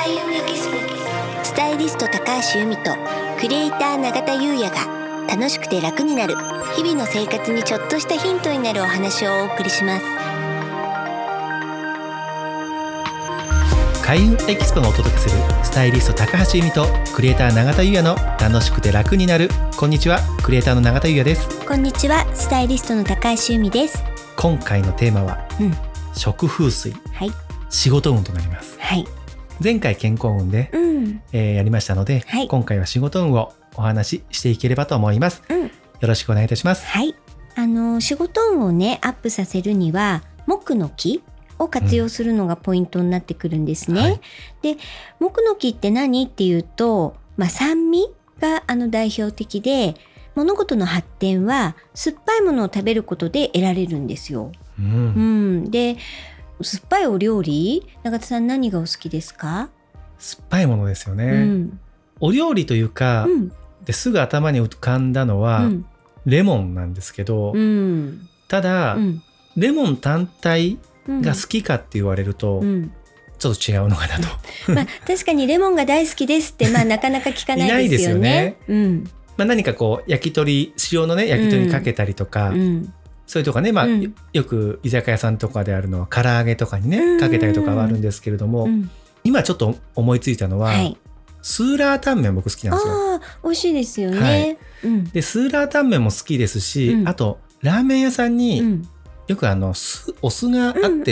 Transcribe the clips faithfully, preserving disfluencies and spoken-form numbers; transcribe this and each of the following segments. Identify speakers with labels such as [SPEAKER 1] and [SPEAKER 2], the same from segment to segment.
[SPEAKER 1] 開運エキスポ。スタイリスト高橋由美とクリエイター永田優也が楽しくて楽になる日々の生活にちょっとしたヒントになるお話をお送りします。
[SPEAKER 2] 開運エキスポがお届けするスタイリスト高橋由美とクリエイター永田優也の楽しくて楽になる。こんにちは、クリエイターの永田優也です。
[SPEAKER 1] こんにちは、スタイリストの高橋由美です。
[SPEAKER 2] 今回のテーマは、うん、食風水、はい、仕事運となります。はい、前回健康運で、うんえー、やりましたので、はい、今回は仕事運をお話ししていければと思います。うん、よろしくお願いいたします。
[SPEAKER 1] はい、あの仕事運をねアップさせるには木の木を活用するのがポイントになってくるんですね。うんはい、で木の木って何っていうと、まあ、酸味があの代表的で、物事の発展は酸っぱいものを食べることで得られるんですよ。うんうん、で酸っぱいお料理、永田さん何がお好きですか？
[SPEAKER 2] 酸っぱいものですよね。うん、お料理というか、うん、ですぐ頭に浮かんだのは、うん、レモンなんですけど、うん、ただ、うん、レモン単体が好きかって言われると、うん、ちょっと違うのかなと、
[SPEAKER 1] まあ、確かにレモンが大好きですって、まあ、なかなか聞かないですよね。いないですよね。うん
[SPEAKER 2] まあ、何かこう焼き鳥、塩のね焼き鳥にかけたりとか、うん、そういうとかね、まあうん、よく居酒屋さんとかであるのは唐揚げとかにねかけたりとかはあるんですけれども、うん、今ちょっと思いついたのは、はい、スーラータンメン僕好きなんですよ。
[SPEAKER 1] あ美味しいですよね。はいうん、
[SPEAKER 2] でスーラータンメンも好きですし、うん、あとラーメン屋さんに、うんよくあの酢お酢があって、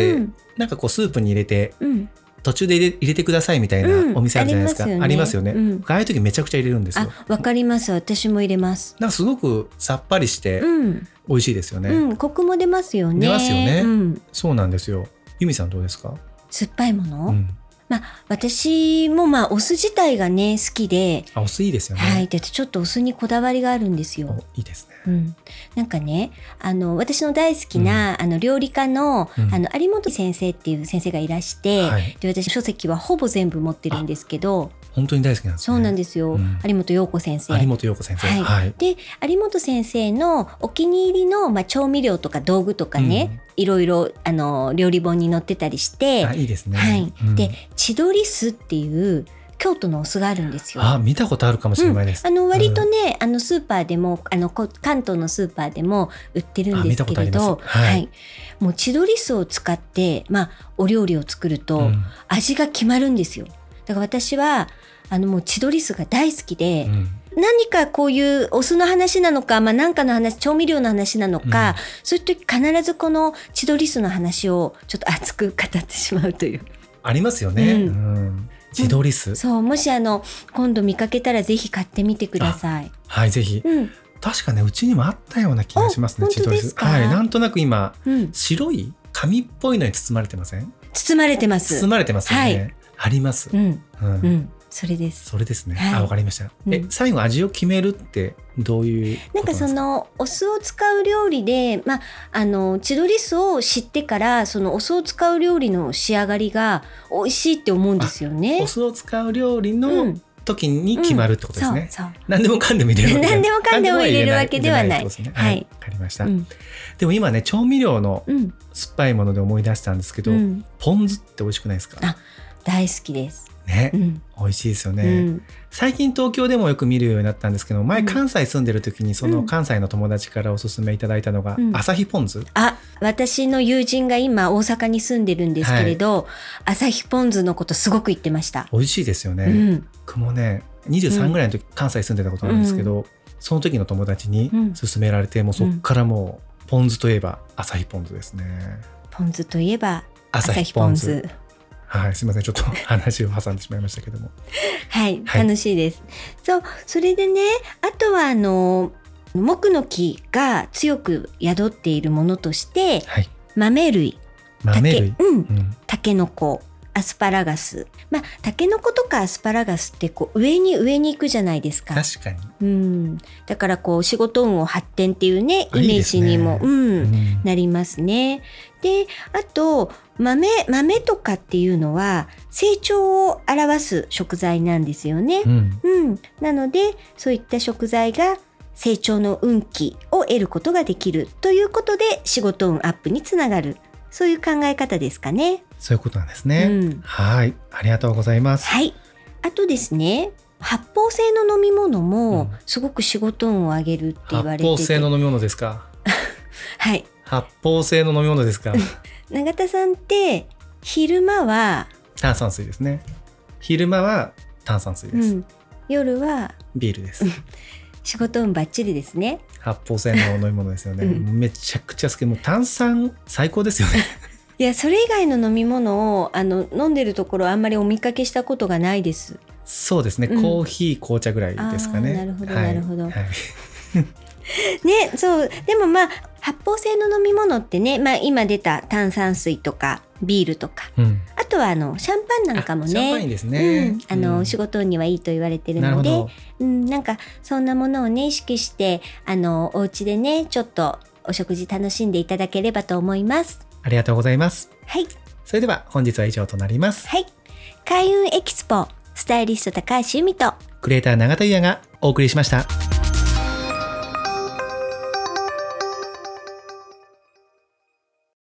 [SPEAKER 2] うんうん、なんかこうスープに入れて、うん、途中で入れ、入れてくださいみたいなお店あるじゃないですか。うん、ありますよね。ありますよね。うん、ああいう時めちゃくちゃ入れるんですよ。
[SPEAKER 1] あ、わかります。私も入れます。
[SPEAKER 2] なんかすごくさっぱりして美味しいですよね。
[SPEAKER 1] うんうん、コクも出ますよね。
[SPEAKER 2] 出ますよね。うん、そうなんですよ。由美さんどうですか？
[SPEAKER 1] 酸っぱいもの？うんまあ、私もまあお酢自体がね好きで、
[SPEAKER 2] あお酢いいですよね。
[SPEAKER 1] はい、でちょっとお酢にこだわりがあるんですよ。
[SPEAKER 2] いいですね。
[SPEAKER 1] うん、なんかねあの私の大好きな、うん、あの料理家の、うん、あの有本先生っていう先生がいらして、はい、で私書籍はほぼ全部持ってるんですけど、
[SPEAKER 2] 本当に大好きなんですね。
[SPEAKER 1] そうなんですよ、うん、有本陽子先生
[SPEAKER 2] 有本陽子先生、はいはい、
[SPEAKER 1] で有本先生のお気に入りの、まあ、調味料とか道具とかね、うんいろいろあの料理本に載ってたりして、
[SPEAKER 2] あいいですね。
[SPEAKER 1] はい
[SPEAKER 2] うん、
[SPEAKER 1] で千鳥酢っていう京都のお酢があるんですよ。
[SPEAKER 2] あ見たことあるかもしれないです。
[SPEAKER 1] うん、あの割とね、うん、あのスーパーでもあの関東のスーパーでも売ってるんですけれど、はいはい、もう千鳥酢を使って、まあ、お料理を作ると味が決まるんですよ。だから私はあのもう千鳥酢が大好きで、うん何かこういうお酢の話なのか、まあ、何かの話調味料の話なのか、うん、そういう時必ずこの千鳥酢の話をちょっと熱く語ってしまうという
[SPEAKER 2] ありますよね、うんうん、千鳥酢、
[SPEAKER 1] うん、そうもしあの今度見かけたらぜひ買ってみてください。
[SPEAKER 2] はいぜひ、うん、確かねうちにもあったような気がしますね。
[SPEAKER 1] 千鳥酢
[SPEAKER 2] はい、なんとなく今、うん、白い紙っぽいのに包まれてません？
[SPEAKER 1] 包まれてます
[SPEAKER 2] 包まれてますよね、はい、あります、うんうんうん
[SPEAKER 1] それです
[SPEAKER 2] それですね、
[SPEAKER 1] はい、
[SPEAKER 2] あわかりました、うん、え最後味を決めるってどういうことなんですか？
[SPEAKER 1] なんかそのお酢を使う料理で、まあ、あの千鳥酢を知ってからそのお酢を使う料理の仕上がりが美味しいって思うんですよね。
[SPEAKER 2] お酢を使う料理の時に決まるってことですね、うんうん、
[SPEAKER 1] そうそう
[SPEAKER 2] 何でもかんでも入れるわけ
[SPEAKER 1] 何でもかんでも入れるわけではない。
[SPEAKER 2] はい、わかりました、うん、でも今ね調味料の酸っぱいもので思い出したんですけど、うん、ポン酢って美味しくないですか？
[SPEAKER 1] あ大好きです
[SPEAKER 2] ね、うん、美味しいですよね、うん、最近東京でもよく見るようになったんですけど前関西住んでる時にその関西の友達からおすすめいただいたのが、うん、旭ポン酢。
[SPEAKER 1] あ私の友人が今大阪に住んでるんですけれど、はい、旭ポン酢のことすごく言ってました。
[SPEAKER 2] 美味しいですよね、うん、僕もねにじゅうさんぐらいの時、うん、関西住んでたことなんですけど、うん、その時の友達に勧められて、うん、もうそっからもうポン酢といえば旭ポン酢ですね。
[SPEAKER 1] ポン酢といえば旭ポン酢
[SPEAKER 2] はい、すみませんちょっと話を挟んでしまいましたけども
[SPEAKER 1] はい、はい、楽しいです。そうそれでねあとはあの木の木が強く宿っているものとして、はい、豆類
[SPEAKER 2] 豆類
[SPEAKER 1] うん、うん、タケノコアスパラガス、まあタケノコとかアスパラガスってこう上に上に行くじゃないですか。
[SPEAKER 2] 確かに、
[SPEAKER 1] うん、だからこう仕事運を発展っていうねイメージにもいい、ねうんうん、なりますね。であと豆豆とかっていうのは成長を表す食材なんですよね、うんうん、なのでそういった食材が成長の運気を得ることができるということで仕事運アップにつながるそういう考え方ですかね。
[SPEAKER 2] そういうことなんですね、うん、はいありがとうございます。
[SPEAKER 1] はい、あとですね、発泡性の飲み物もすごく仕事運を上げるって言われてて、
[SPEAKER 2] うん、発泡性の飲み物ですか
[SPEAKER 1] はい、
[SPEAKER 2] 発泡性の飲み物ですか
[SPEAKER 1] 永田さんって昼間は
[SPEAKER 2] 炭酸水ですね。昼間は炭酸水です、うん、
[SPEAKER 1] 夜は
[SPEAKER 2] ビールです
[SPEAKER 1] 仕事運バッチリですね。
[SPEAKER 2] 発泡性の飲み物ですよね、うん、めちゃくちゃ好き。もう炭酸最高ですよね
[SPEAKER 1] いや、それ以外の飲み物をあの飲んでるところあんまりお見かけしたことがないです。
[SPEAKER 2] そうですね、うん、コーヒー紅茶ぐらいですかね。
[SPEAKER 1] なるほど、はい、なるほど、はい
[SPEAKER 2] ね、
[SPEAKER 1] そうでもまあ発泡性の飲み物ってね、まあ、今出た炭酸水とかビールとか、うん、あとはあのシャンパンなんかもね、
[SPEAKER 2] シャンパンいいですね、
[SPEAKER 1] うん、あの、うん、仕事にはいいと言われてるので、うん、なんかそんなものをね意識してあのお家でねちょっとお食事楽しんでいただければと思います。
[SPEAKER 2] ありがとうございます。
[SPEAKER 1] はい、
[SPEAKER 2] それでは本日は以上となります。
[SPEAKER 1] はい、開運エキスポスタイリスト高橋由美と
[SPEAKER 2] クリエイター永田優也がお送りしました。